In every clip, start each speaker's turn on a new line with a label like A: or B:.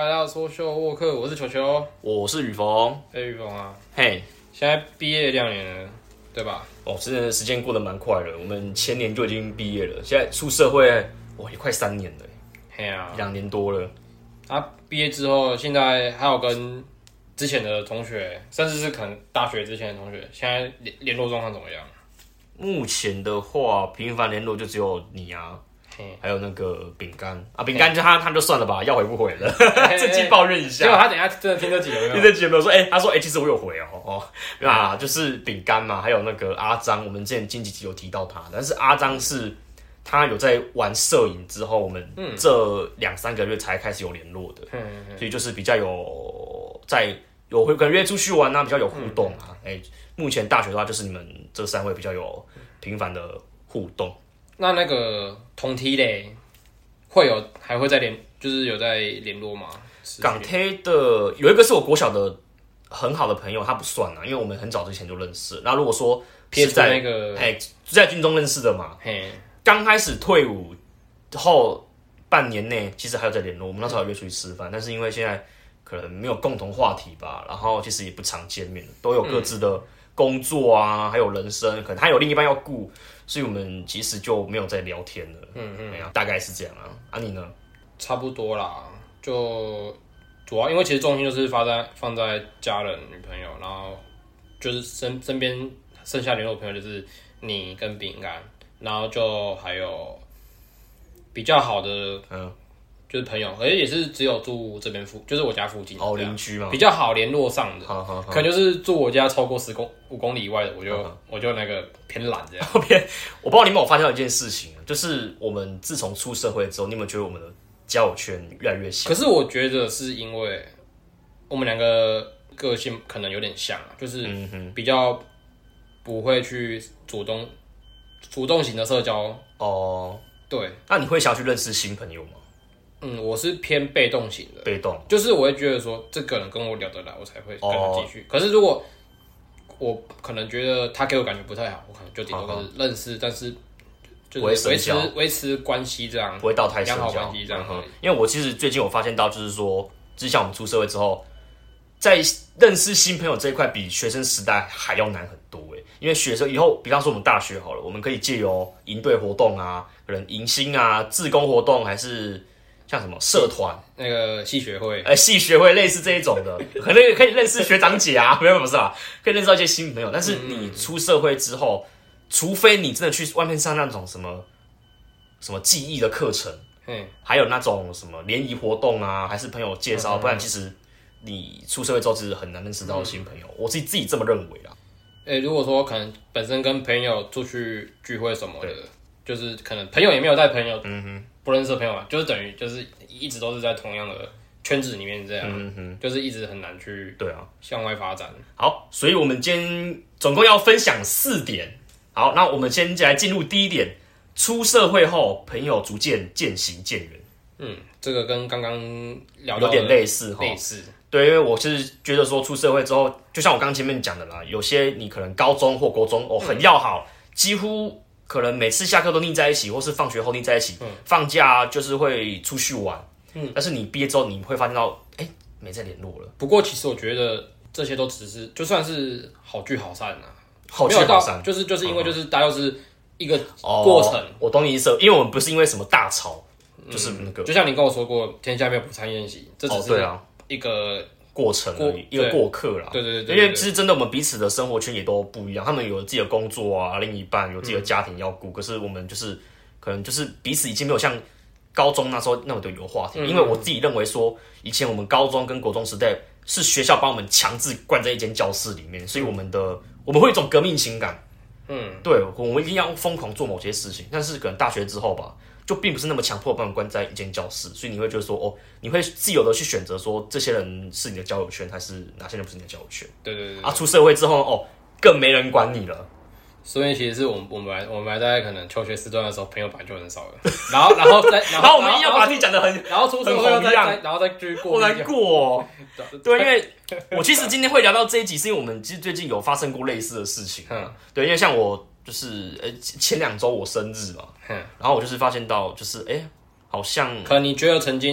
A: 来到说秀沃克，我是球球，
B: 我是雨峰。
A: 雨峰啊，
B: 嘿，
A: 现在毕业2年了，对吧？
B: 哦，真的时间过得蛮快了，我们前年就已经毕业了，现在出社会，哇，也快3年了，
A: 嘿啊
B: ，2年多了。
A: 啊，毕业之后，现在还有跟之前的同学，甚至是可能大学之前的同学，现在联络状况怎么样？
B: 目前的话，频繁联络就只有你啊，还有那个饼干啊，饼干就他就算了吧，要回不回了，趁机抱怨一下。
A: 结果他等一下真的听这集有没有？
B: 听这集有没有说？他说其实我有回没有啊，就是饼干嘛，还有那个阿张，我们之前近几集有提到他，但是阿张是他有在玩摄影之后，我们这2-3个月才开始有联络的，所以就是比较有会跟约出去玩啊，比较有互动啊。目前大学的话，就是你们这3位比较有频繁的互动。
A: 那个同梯嘞，还会再就是有在联络吗？
B: 港铁的有一个是我国小的很好的朋友，他不算啊，因为我们很早之前就认识。那如果说是在
A: 那个
B: 在军中认识的嘛，刚开始退伍后半年内，其实还有在联络。我们那时候有约出去吃饭，但是因为现在可能没有共同话题吧，然后其实也不常见面，都有各自的工作啊，还有人生，可能他有另一半要顾，所以我们其实就没有再聊天了。大概是这样啊。啊，你呢？
A: 差不多啦，就主要因为其实重心就是放在家人、女朋友，然后就是身边剩下联络朋友就是你跟饼干，然后就还有比较好的就是朋友，而且也是只有住这边就是我家附近
B: 邻居嘛，
A: 比较好联络上的，可能就是住我家超过5公里以外的，我就那个偏懒这样。
B: 我不知道你们有发现到一件事情，就是我们自从出社会之后，你有没有觉得我们的交友圈越来越小？
A: 可是我觉得是因为我们2个个性可能有点像，就是比较不会去主动型的社交哦。对，
B: 那你会想要去认识新朋友吗？
A: 我是偏被动型的，
B: 被动
A: 就是我会觉得说这个人跟我聊得来，我才会跟他继续。可是如果我可能觉得他给我感觉不太好，我可能就顶多跟认识，但是就是维持关系这样，
B: 不会到太深交
A: 良好关系这样。
B: 因为我其实最近有发现到，就是说，之前我们出社会之后，在认识新朋友这一块，比学生时代还要难很多因为学生以后，比方说我们大学好了，我们可以借由营队活动啊，可能迎新啊、志工活动，还是像什么社团、
A: 那个系学会，
B: 系学会类似这一种的，可能可以认识学长姐啊，没有不是啦，可以认识到一些新朋友。但是你出社会之后，除非你真的去外面上那种什么技艺的课程，还有那种什么联谊活动啊，还是朋友介绍，不然其实你出社会之后，其实很难认识到新朋友。我自己这么认为啦。
A: 如果说可能本身跟朋友出去聚会什么的，就是可能朋友也没有带朋友，不认识的朋友嘛，就是等于就是一直都是在同样的圈子里面这样，就是一直很难去向外发展。
B: 好，所以我们今天总共要分享4点。好，那我们先来进入第一点，出社会后朋友逐渐渐行渐远。
A: 这个跟刚刚聊到
B: 有点类似。对，因为我是觉得说出社会之后，就像我刚前面讲的啦，有些你可能高中或国中很要好，几乎可能每次下课都腻在一起，或是放学后腻在一起，放假就是会出去玩。但是你毕业之后，你会发现到，没再联络了。
A: 不过其实我觉得这些都只是就算是好聚好散啊，
B: 好聚好散，
A: 就是因为就是大家都是一个过程。
B: 我懂你意思，因为我们不是因为什么大吵，就是那个，
A: 就像你跟我说过，天下没有不散宴席，这只是一个
B: 过程而已，一个过客啦。
A: 对，
B: 因为其实真的我们彼此的生活圈也都不一样，他们有自己的工作啊，另一半有自己的家庭要顾，可是我们就是可能就是彼此已经没有像高中那时候那么的有话题。因为我自己认为说，以前我们高中跟国中时代是学校把我们强制关在一间教室里面，所以我们会有一种革命情感。对，我们一定要疯狂做某些事情，但是可能大学之后吧，就并不是那么强迫把我们关在一间教室，所以你会觉得说，你会自由的去选择说，这些人是你的交友圈，还是哪些人不是你的交友圈？
A: 对。
B: 出社会之后更没人管你了。
A: 所以其实是我们还在可能求学时段的时候，朋友本来就很少了，然后
B: 我们硬要把自己讲得很，
A: 然后出社会然后再继续过，
B: 难过。对，因为我其实今天会聊到这一集，是因为我们其实最近有发生过类似的事情。对，因为像我就是前2周我生日嘛，然后我就是发现到就是好像
A: 可能你觉得曾经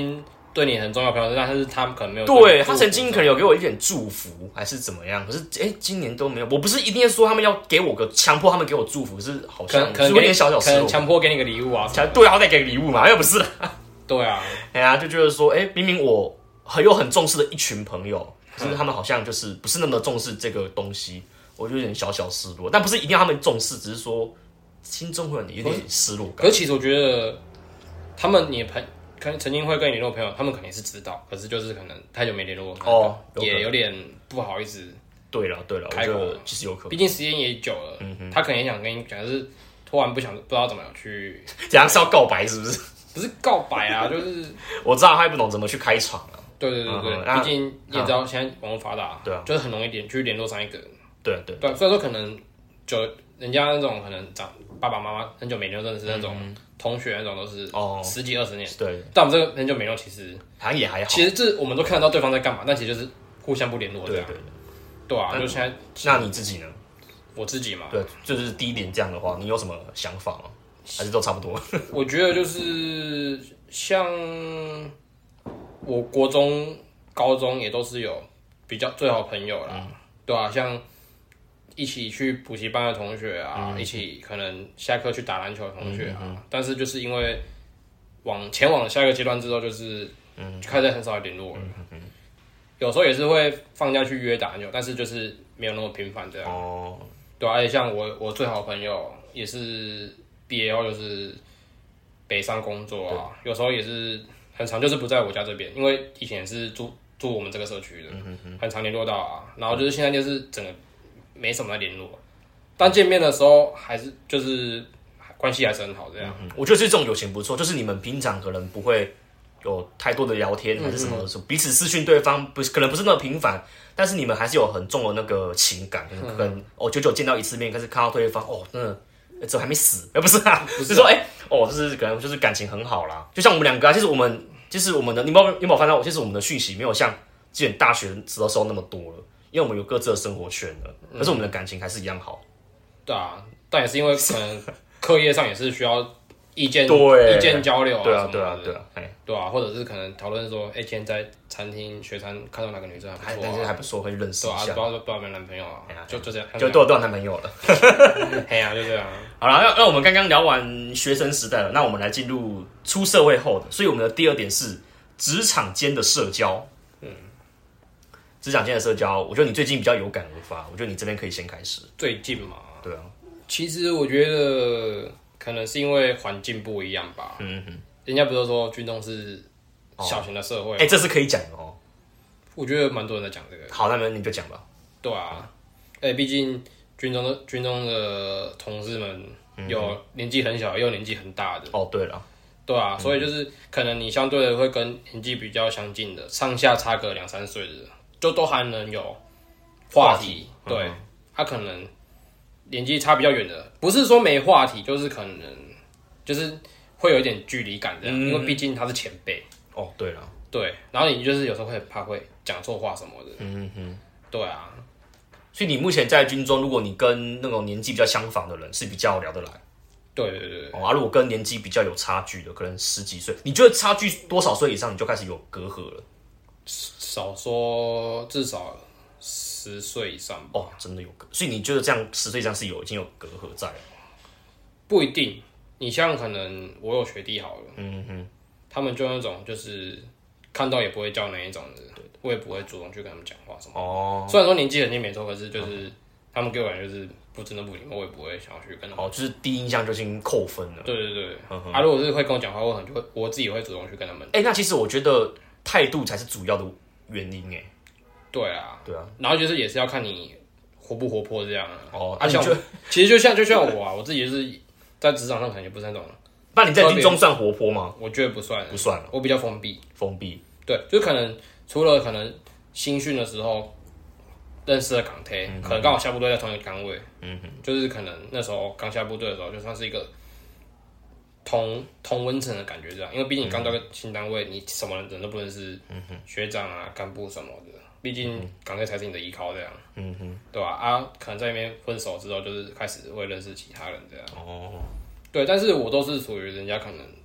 A: 对你很重要的朋友，但是他可能没有
B: 对他曾经可能有给我一点祝福，还是怎么样？可是今年都没有。我不是一定说他们要给我强迫他们给我祝福，可是好像
A: 可能
B: 有点小失落，
A: 强迫给你个礼物啊。
B: 对，好歹给个礼物嘛，又不是。
A: 对啊，
B: 哎呀，就觉得说，明明我很重视的一群朋友，可是他们好像就是不是那么重视这个东西，我就有点小失落。但不是一定要他们重视，只是说心中会有点失落感。
A: 可是其实我觉得他们可能曾经会跟你联络朋友，他们肯定是知道，可是就是可能太久没联络，也有点不好意思。
B: 对了，
A: 开口
B: 其实有可能，
A: 毕竟时间也久了，他可能也想跟你讲，可是突然不知道怎么去，
B: 怎样是要告白是不是？
A: 不是告白啊，就是
B: 我知道他也不懂怎么去开场啊。
A: 对，毕竟你也知道现在网络发达，
B: 对啊，
A: 就是很容易去联络上一个人。对，虽然说可能人家那种可能爸爸妈妈很久没联络，认识那种同学那种都是10几20年，
B: 对。
A: 但我们这个很久没联络，其实
B: 好像也还好。
A: 其实我们都看得到对方在干嘛，但其实就是互相不联络这样。对啊，就现在。
B: 那你自己呢？
A: 我自己嘛，
B: 对，就是第一点这样的话，你有什么想法吗？还是都差不多？
A: 我觉得就是像我国中、高中也都是有比较最好的朋友啦，对啊，像一起去补习班的同学啊，一起可能下课去打篮球的同学啊，但是就是因为前往下一个阶段之后，就是就开始很少联络了。有时候也是会放假去约打篮球，但是就是没有那么频繁这样。对啊，而且像我最好的朋友也是毕业后就是北上工作啊，有时候也是很常就是不在我家这边，因为以前也是住我们这个社区的，很常联络到啊。然后就是现在就是整个没什么在联络，但见面的时候还是就是关系还是很好这样。
B: 我觉得这种友情不错，就是你们平常可能不会有太多的聊天还是什么，彼此私讯对方可能不是那么频繁，但是你们还是有很重的那个情感，可能久久见到一次面，可是看到对方真的怎么还没死？不是啊，就是说就是可能就是感情很好啦。就像我们两个啊，其实我们的你有没有发现，其实我们的讯息没有像之前大学的时候那么多了，因为我们有各自的生活圈了，可是我们的感情还是一样好。
A: 对啊，但也是因为可能课业上也是需要意见交流啊，对啊，或者是可能讨论说，今天在餐厅学餐看到哪个女生还不错，
B: 还不错，会认识一下。
A: 不知道有没有男朋友啊？就这样，
B: 就都有男朋友了。
A: 嘿呀，就这样。
B: 好了，那我们刚刚聊完学生时代了，那我们来进入出社会后的。所以我们的第二点是职场间的社交。职场间的社交，我觉得你最近比较有感而发，我觉得你这边可以先开始。
A: 最近嘛，
B: 对啊，
A: 其实我觉得可能是因为环境不一样吧。人家不是说军中是小型的社会，
B: 这是可以讲的哦。
A: 我觉得蛮多人在讲这个。
B: 好，那你就讲吧。
A: 对啊，毕竟军中的同事们有年纪很小，也有年纪很大的。
B: 对了。
A: 对啊，所以就是可能你相对的会跟年纪比较相近的，上下差个2-3岁的，就都还能有话题。对，他可能年纪差比较远的，不是说没话题，就是可能就是会有一点距离感这样，因为毕竟他是前辈。
B: 对了，
A: 对，然后你就是有时候会怕会讲错话什么的。对啊，
B: 所以你目前在军中，如果你跟那种年纪比较相仿的人是比较聊得来。
A: 对。
B: 如果跟年纪比较有差距的，可能10几岁，你觉得差距多少岁以上你就开始有隔阂了？
A: 少说至少10岁以上吧。
B: 真的有隔，所以你觉得这样10岁以上是已经有隔阂在了？
A: 不一定，你像可能我有学弟好了，他们就那种就是看到也不会叫那一种的，我也不会主动去跟他们讲话什么。虽然说年纪很轻没错，可是就是他们给我感觉就是真的不礼貌，我也不会想要去跟他们。
B: 就是第一印象就已经扣分了。
A: 对。如果是会跟我讲话，我自己会主动去跟他们。
B: 那其实我觉得态度才是主要的原因。
A: 对啊。然后就是也是要看你活不活泼这样啊。其实就像我啊，我自己就是在职场上可能也不是那种。
B: 那你在军中算活泼吗？
A: 我觉得不算
B: 了，
A: 我比较封闭。
B: 对，
A: 就可能除了可能新训的时候认识的港铁，可能刚好下部队在同一个岗位，就是可能那时候刚下部队的时候，就算是一个同温层的感觉这样，因为毕竟你刚到个新单位，你什么人都不认识，学长啊、干部什么的，毕竟港铁才是你的依靠这样，对吧？可能在那边分手之后，就是开始会认识其他人这样。对，但是我都是属于人家可能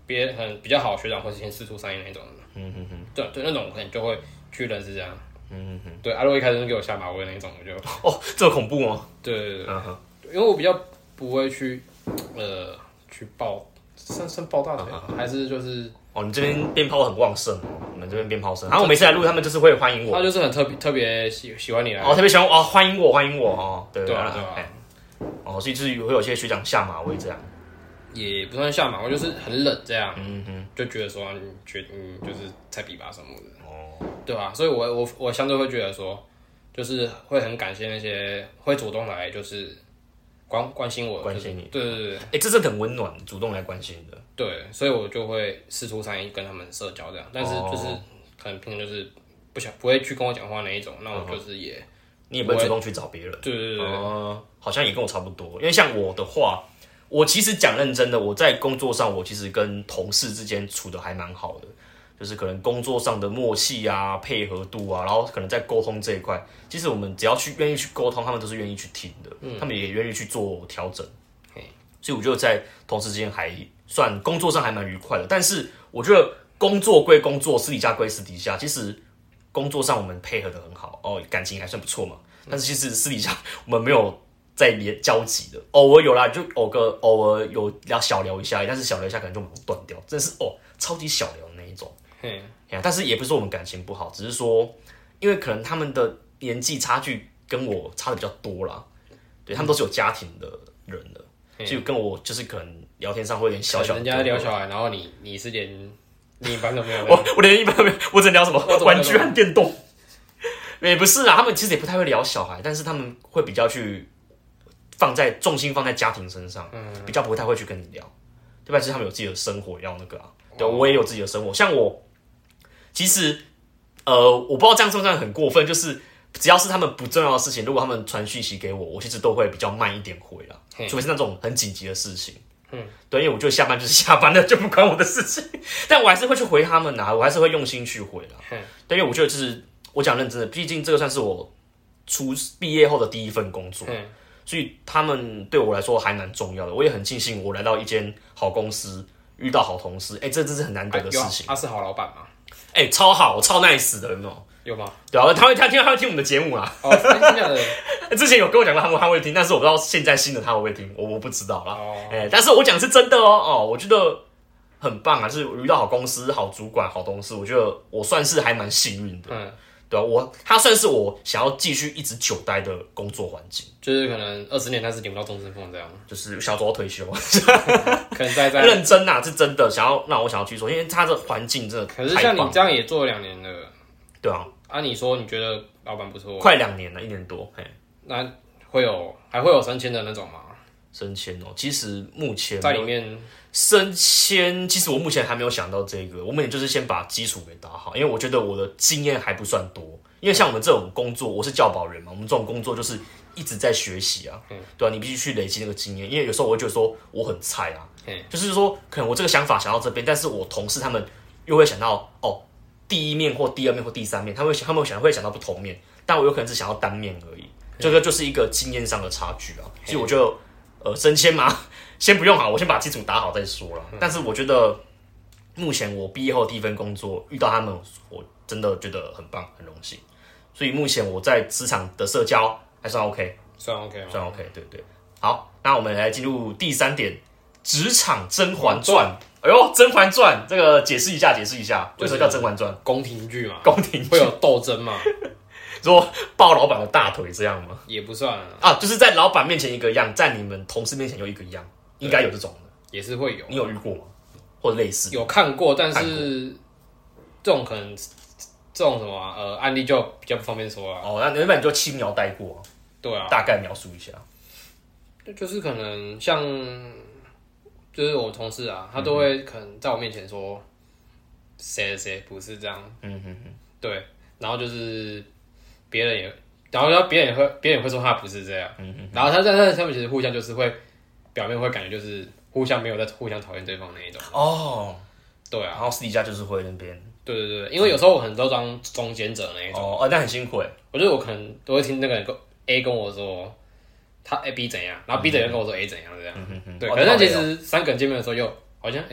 A: 可能比较好的学长会先四出三一那种的，对，那种我可能就会去认识这样，对，如果一开始就给我下马威那种，我就
B: 这么恐怖吗？
A: 对，因为我比较不会去抱，算抱大腿，还是就是
B: 你这边鞭炮很旺盛，你们这边鞭炮声，然后我每次来录，他们就是会欢迎我，
A: 他就是很特别喜欢你来，
B: 特别喜欢我，欢迎我对
A: 啊，
B: 所以就是会有些学长下马威这样，
A: 也不算下马威，就是很冷这样，就觉得说就是菜比吧什么的，对吧？所以我相对会觉得说，就是会很感谢那些会主动来就是关心我，
B: 关心你，
A: 对，
B: 这真的很温暖，主动来关心的，
A: 对，所以我就会四出三一跟他们社交这样，但是就是可能平常就是不会去跟我讲话那一种，那我就是
B: 你也不会主动去找别人，
A: 对，
B: 好像也跟我差不多，因为像我的话，我其实讲认真的，我在工作上我其实跟同事之间处的还蛮好的。就是可能工作上的默契啊、配合度啊，然后可能在沟通这一块，其实我们只要愿意去沟通，他们都是愿意去听的，他们也愿意去做调整。所以我觉得在同事之间还算工作上还蛮愉快的。但是我觉得工作归工作，私底下归私底下，其实工作上我们配合的很好感情还算不错嘛。但是其实私底下我们没有在交集的，偶尔有啦，就偶尔有小聊一下，但是小聊一下可能就断掉，真的是超级小聊的那一种。但是也不是说我们感情不好，只是说因为可能他们的年纪差距跟我差的比较多啦，对，他们都是有家庭的人了，所以跟我就是可能聊天上会有点小
A: 人家聊小孩，然后你是连另一半都没有，
B: 我连一半都没有，我只聊什么玩具和电动，也不是啊，他们其实也不太会聊小孩，但是他们会比较去重心放在家庭身上，比较不太会去跟你聊，对吧？其实他们有自己的生活要那个对，我也有自己的生活，像我。其实，我不知道这样算不算很过分，就是只要是他们不重要的事情，如果他们传讯息给我，我其实都会比较慢一点回啦，除非是那种很紧急的事情。对，因为我觉得下班就是下班了，就不关我的事情，但我还是会去回他们我还是会用心去回啦。对，因为我觉得就是我讲认真的，毕竟这个算是我毕业后的第一份工作，所以他们对我来说还蛮重要的。我也很庆幸我来到一间好公司，遇到好同事，这真是很难得的事情。
A: 他是好老板吗？
B: 超好，超 nice 的，有没有？
A: 有吗？
B: 对啊，他会听我们的节目啊。
A: 真的。
B: 之前有跟我讲过他会听，但是我不知道现在新的他会不会听，我不知道啦。但是我讲是真的我觉得很棒啊，就是遇到好公司、好主管、好同事，我觉得我算是还蛮幸运的。对啊，他算是我想要继续一直久待的工作环境，
A: 就是可能20年但是领不到终身俸这样，
B: 就是想要做到退休，
A: 可能在
B: 认真是真的想要让我想要去做，因为他的环境真的太棒了。
A: 可是像你这样也做了2年了，
B: 对啊，
A: 你说你觉得老板不错，
B: 快2年了，1年多，
A: 那还会有升迁的那种吗？
B: 升迁其实目前
A: 在里面
B: 升迁，其实我目前还没有想到这个。我目前就是先把基础给打好，因为我觉得我的经验还不算多。因为像我们这种工作，我是教保员嘛，我们这种工作就是一直在学习啊，对啊，你必须去累积那个经验。因为有时候我会觉得说我很菜啊，就是说可能我这个想法想到这边，但是我同事他们又会想到第一面或第2面或第3面，他们会想到不同面，但我有可能只想要单面而已。这个就是一个经验上的差距啊，所以我就升迁嘛，先不用好，我先把基础打好再说啦。但是我觉得目前我毕业后第一份工作遇到他们，我真的觉得很棒，很荣幸。所以目前我在职场的社交还算 OK，
A: 算 OK，
B: 算 OK， 对。好，那我们来进入第3点，职场甄嬛传。哎呦，甄嬛传这个解释一下，为什么叫甄嬛传？
A: 宫廷剧嘛，
B: 宫廷剧
A: 会有斗争嘛？
B: 说抱老板的大腿这样吗？
A: 也不算
B: 就是在老板面前一个样，在你们同事面前又一个样，应该有这种的，
A: 也是会有。
B: 你有遇过吗？或者类似？
A: 有看过，但是这种可能这种什么案例就比较不方便说了。
B: 那原本你就轻描带过，
A: 对啊，
B: 大概描述一下。
A: 就是可能像，就是我同事他都会可能在我面前说谁不是这样，对，然后就是别人也会说他不是这样，然后他们其实互相就是会表面会感觉就是互相没有在互相讨厌对方那一种。对啊，
B: 然后私底下就是会那边。
A: 对，因为有时候我可能都当中间者那一种。
B: 那很辛苦哎。
A: 我觉得我可能都会听那个 A 跟我说他 B 怎样，然后 B 的人跟我说 A 怎样这样。对，可是其实3个人见面的时候又好像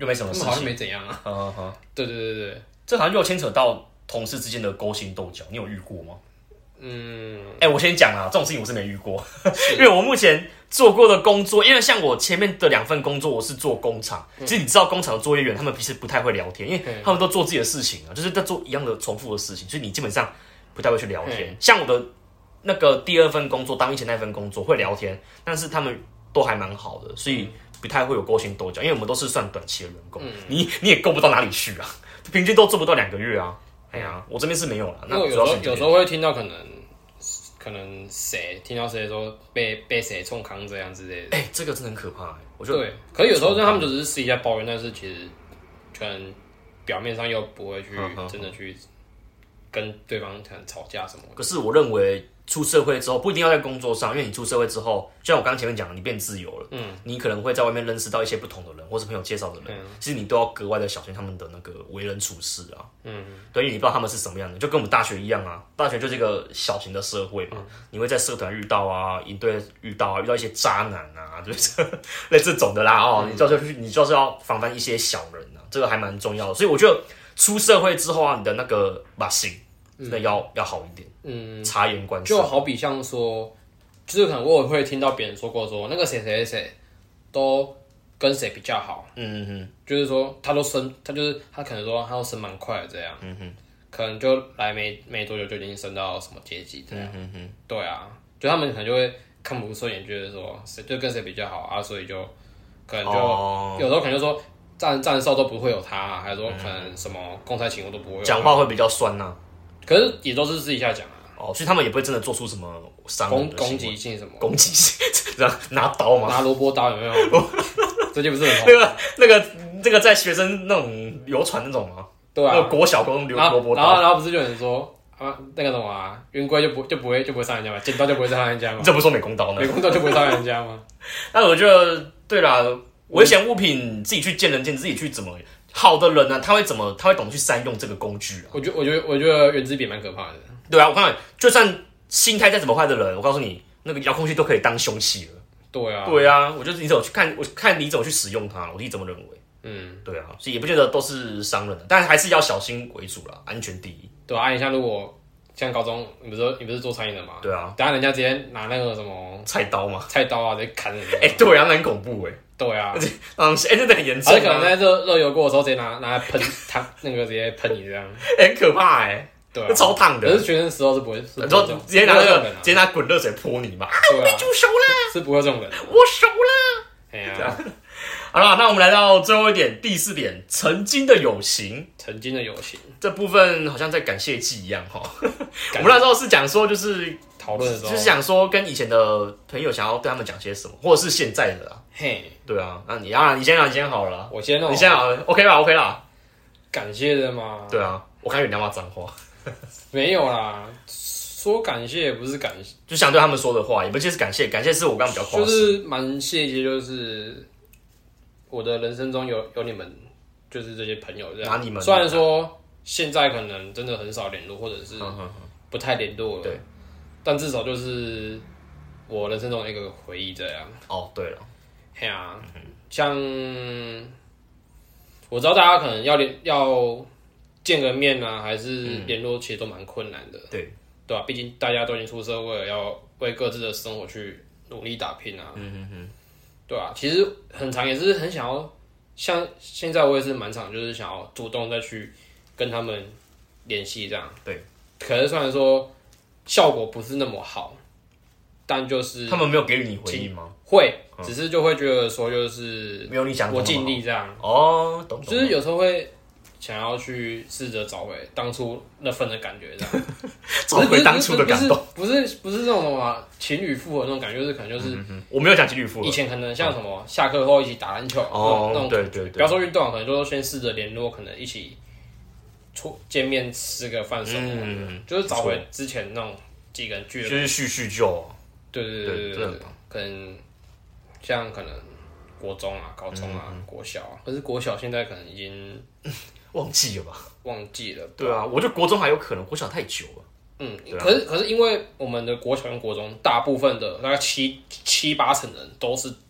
B: 又没什么事情，
A: 好像没怎样啊。对对对对，
B: 这好像又牵扯到同事之间的勾心斗角，你有遇过吗？我先讲啦，这种事情我是没遇过，因为我目前做过的工作，因为像我前面的2份工作，我是做工厂。其实你知道，工厂的作业员他们其实不太会聊天，因为他们都做自己的事情啊，就是在做一样的重复的事情，所以你基本上不太会去聊天。像我的那个第2份工作，当以前那份工作会聊天，但是他们都还蛮好的，所以不太会有勾心斗角，因为我们都是算短期的员工，你也够不到哪里去啊，平均都做不到2个月啊。哎呀，我这边是没有了。那
A: 有时候会听到可能谁听到谁说被谁冲康这样之类的。
B: 这个真的很可怕。我觉得
A: 对，可是有时候他们就只是私底下抱怨，但是其实可能表面上又不会去真的去跟对方可能吵架什么的。
B: 可是我认为出社会之后不一定要在工作上，因为你出社会之后，就像我刚刚前面讲的，你变自由了，你可能会在外面认识到一些不同的人，或是朋友介绍的人，其实你都要格外的小心他们的那个为人处事啊，对，因为你不知道他们是什么样的，就跟我们大学一样啊，大学就是一个小型的社会嘛，你会在社团遇到啊，营队遇到啊，遇到一些渣男啊，就是类似这种的啦，你就是要防范一些小人啊，这个还蛮重要的，所以我觉得出社会之后啊，你的那个把心真的要好一点，察言观色。
A: 就好比像说，就是可能我也会听到别人说过说，那个谁谁谁都跟谁比较好，就是说他可能说他都升蛮快的这样，可能就来没多久就已经升到什么阶级这样，对啊，就他们可能就会看不顺眼，觉得说谁就跟谁比较好啊，所以就可能就有时候可能就说战哨都不会有他，还是说可能什么公差勤务都不会有他，
B: 讲话会比较酸呐。
A: 可是也都是私底下讲啊，
B: 所以他们也不会真的做出什么伤人的
A: 攻击性什么
B: 攻击性，这样拿刀吗？
A: 拿萝卜刀有没有？最近不是很红
B: 那个在学生那种流传那种吗？
A: 对啊，
B: 那个国小公萝卜刀，
A: 然后不是就有人说啊，那个什么啊，圆规就不会伤人家嘛，剪刀就不会伤人家嘛？
B: 你怎么不说美工刀呢？
A: 美工刀就不会伤人家吗？
B: 那我觉得对啦，危险物品自己去见仁见智，自己去怎么。好的人呢，他会懂得去善用这个工具啊。
A: 我觉得原子笔蛮可怕的。
B: 对啊，我告诉你，就算心态再怎么坏的人，我告诉你，那个遥控器都可以当凶器了。
A: 对啊，
B: 对啊，我就是你怎么去看，我看你怎么去使用它，我自己这么认为。对啊，所以也不见得都是伤人的，但还是要小心为主啦，安全第一。
A: 对啊，你像如果像高中，你不是做餐饮的嘛？
B: 对啊，
A: 等下人家直接拿那个什么
B: 菜刀嘛，
A: 菜刀啊，直接砍人。
B: 对啊，那很恐怖
A: 对啊，
B: 真的很严重。
A: 而且可能在热油锅的时候，直接拿来喷烫，那个直接喷你这样，
B: 很可怕对啊，超烫的。
A: 可是学生时候是不会，
B: 你说直接拿滚热水泼你嘛？我被煮熟了，
A: 是不会这种人，
B: 我熟了。哎呀，好了，那我们来到最后一点，第4点，曾经的友情。
A: 曾经的友情
B: 这部分好像在感谢祭一样哈。我们那时候是讲说，就是
A: 讨论的时候，
B: 就是想说跟以前的朋友想要对他们讲些什么，或者是现在的啦。
A: 嘿，
B: 对啊，那你先好了啦，
A: 我先
B: 你先好了 ，OK 啦。
A: 感谢的嘛。
B: 对啊，我看有你要骂脏话。
A: 没有啦，说感谢也不是感谢，
B: 就想对他们说的话，也不就是感谢，感谢是我刚刚比较夸张，
A: 就是蛮谢谢，就是我的人生中有你们，就是这些朋友这样。
B: 拿你们，
A: 虽然说现在可能真的很少联络，或者是不太联络了，
B: 对，
A: 但至少就是我人生中的一个回忆这样。
B: 对了，
A: 嘿啊，像我知道大家可能要见个面啊，还是联络，其实都蛮困难的。
B: 对
A: 吧？毕竟大家都已经出社会了，要为各自的生活去努力打拼啊。对啊，其实很常也是很想要，像现在我也是蛮常，就是想要主动再去跟他们联系这样。
B: 对，
A: 可是虽然说效果不是那么好，但就是
B: 他们没有给予你回应吗？
A: 会，只是就会觉得说就是
B: 没有你想，
A: 我尽力这样。
B: 懂，
A: 就是有时候会想要去试着找回当初那份的感觉，这样
B: 找回当初的感动，
A: 不是那种什么情侣复合那种感觉，就是可能就是
B: 我没有讲情侣复合，
A: 以前可能像什么下课后一起打篮球那种，对，不要说运动，可能就先试着联络，可能一起见面吃个饭什么，就是找回之前那种几个人聚的，
B: 就是叙旧。
A: 对，可能像可能国中啊、高中啊、国小啊，可是国小现在可能已经
B: 忘记了吧？
A: 忘记了。
B: 对啊，我觉得国中还有可能，国小太久了。
A: 可是因为我们的国小跟国中，大部分的大概7-8成人都是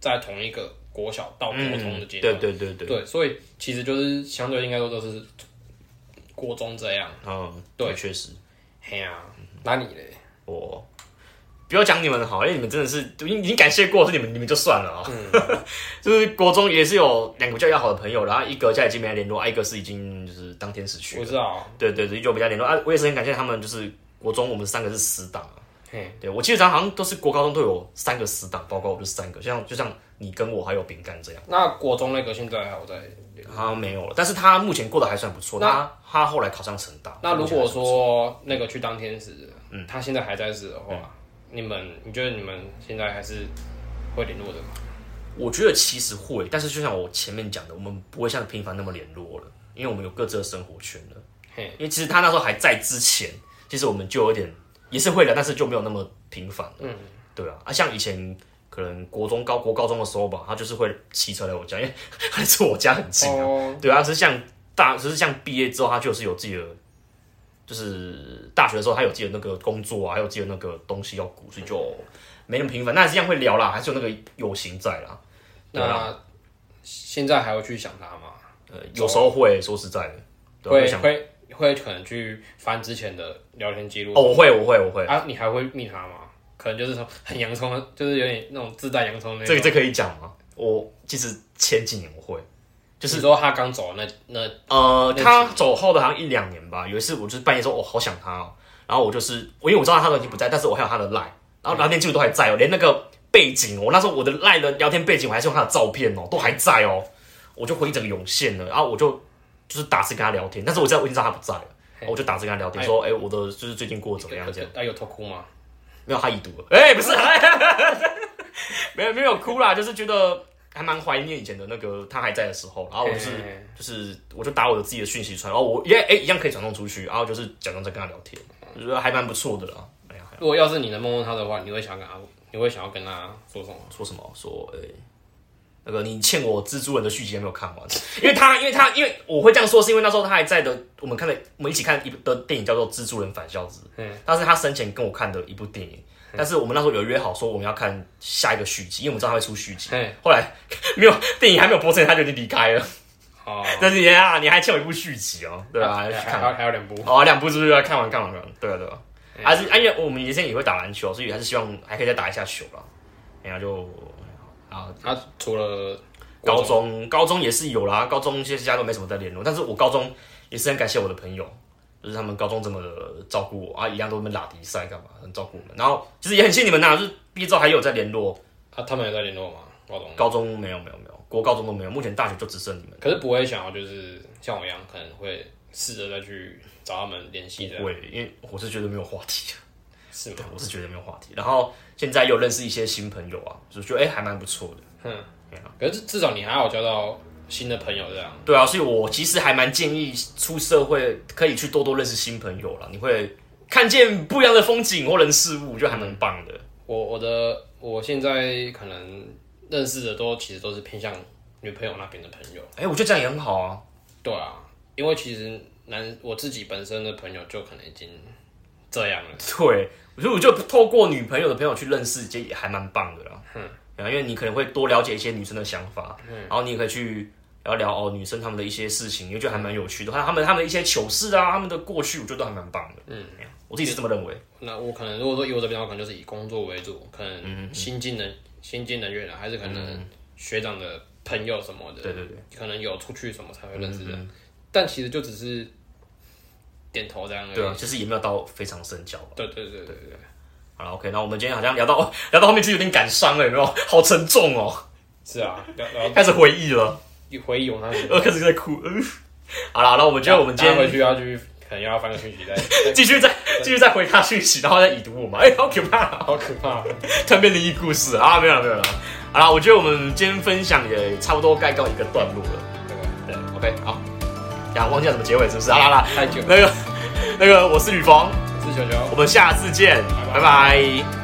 A: 在同一个国小到国中的阶段。对，所以其实就是相对应该说都是国中这样。
B: 对，确实。
A: 嘿呀，那你嘞？
B: 我不要讲你们好，因为你们真的是已经感谢过，是你们就算了就是国中也是有2个比较要好的朋友，然后一个现在已经没来联络，一个是已经就是当天死去了。
A: 我知道。对，
B: 就比较联络我也是很感谢他们，就是国中我们3个是死党对，我记得好像都是国高中都有3个死党，包括我就是3个，就像你跟我还有饼干这样。
A: 那国中那个现在还有在？
B: 他没有了，但是他目前过得还算不错。他后来考上成大。
A: 那如果说那个去当天使，他现在还在世的话，你觉得你们现在还是会联络的吗？
B: 我觉得其实会，但是就像我前面讲的，我们不会像频繁那么联络了，因为我们有各自的生活圈了。因为其实他那时候还在之前，其实我们就有点也是会聊，但是就没有那么频繁了。对啊，像以前。可能国高中的时候吧，他就是会骑车来我家，因为他离我家很近对啊，只是像毕业之后，他就是有自己的，就是大学的时候，他有自己的那个工作还有自己的那个东西要顾，所以就没那么频繁。那还是一样会聊啦，还是有那个友情在啦。
A: 那现在还会去想他吗？
B: 有时候会，说实在的，
A: 会可能去翻之前的聊天记录。
B: 我会
A: 啊，你还会密他吗？可能就是说很洋葱，就是有点那种自带洋葱那种。
B: 这可以讲吗？我其实前几年我会，就是
A: 你说他刚走
B: 他走后的好像1-2年吧。有一次我就是半夜说，好想他然后因为我知道他都已经不在，但是我还有他的 LINE， 然后聊天记录都还在连那个背景那时候我的 LINE 的聊天背景我还是用他的照片都还在我就回忆整个涌现了，然后我就是打字跟他聊天，但是我已经知道他不在了，我就打字跟他聊天说，我的就是最近过得怎么样这样。
A: 有偷哭吗？
B: 没有，他已读了。不是，没有哭啦，就是觉得还蛮怀念以前的那个他还在的时候。然后我就打我的自己的讯息传，然后我一样可以传送出去，然后就是假装在跟他聊天，我觉得还蛮不错的啦。
A: 如果要是你能梦他的话，你会想要跟他说什么？
B: 说什么？说那个你欠我蜘蛛人的续集还没有看完，因为我会这样说，是因为那时候他还在的，我们一起看的电影叫做《蜘蛛人返校子》，但是他生前跟我看的一部电影，但是我们那时候有约好说我们要看下一个续集，因为我们知道他会出续集，后来没有电影还没有播之前他就已经离开了。但是你还欠我一部续集对吧？
A: 还有2部
B: 2部是不是看完？对啊，还是因为我们以前也会打篮球，所以还是希望还可以再打一下球啦。然后就。
A: 他除了
B: 高中也是有啦，高中现在都没什么在联络，但是我高中也是很感谢我的朋友，就是他们高中这么的照顾我一样都在拉比赛干嘛，很照顾我们。然后其实也很谢谢你们就是毕业之后还有在联络
A: 他们有在联络吗？
B: 高中没有，国高中都没有，目前大学就只剩你们。
A: 可是不会想要就是像我一样，可能会试着再去找他们联系的。
B: 不会，因为我是觉得没有话题。
A: 是吗？
B: 我是觉得没有话题。然后现在又认识一些新朋友就觉得还蛮不错的。
A: 可是至少你还有交到新的朋友这样。
B: 对啊，所以我其实还蛮建议出社会可以去多多认识新朋友啦，你会看见不一样的风景或人事物，就还蛮棒的。
A: 我现在可能认识的其实都是偏向女朋友那边的朋友。
B: 我觉得这样也很好啊。
A: 对啊，因为其实我自己本身的朋友就可能已经这样了。
B: 对，我就透过女朋友的朋友去认识，这也还蛮棒的啦。因为你可能会多了解一些女生的想法，然后你也可以去聊女生她们的一些事情，你会觉得还蛮有趣的。她们的一些糗事啊，她们的过去，我觉得都还蛮棒的。我自己是这么认为。
A: 那我可能如果说以我这边的话，可能就是以工作为主，可能新进人员还是可能学长的朋友什么的，
B: 对，
A: 可能有出去什么才会认识的。但其实就只是点头这样而已。
B: 对啊，就是也没有到非常深交吧。
A: 对。
B: 好了 ，OK， 那我们今天好像聊到后面就有点感伤了，有没有？好沉重哦。
A: 是啊，
B: 开始回忆了，
A: 回忆我那里，
B: 开始在哭。好了，那我们觉得我们今天
A: 回去可能要翻个讯息再
B: 继续再回他讯息，然后再已读我嘛。好可怕，
A: 好可怕！
B: 突然变灵异故事啊，没有了。好了，我觉得我们今天分享也差不多该告一个段落了。对 ，OK， 好。想忘记了怎么结尾是不是？啦，
A: 太久。
B: 那个，我是雨峰，
A: 我是球球，
B: 我们下次见，拜拜。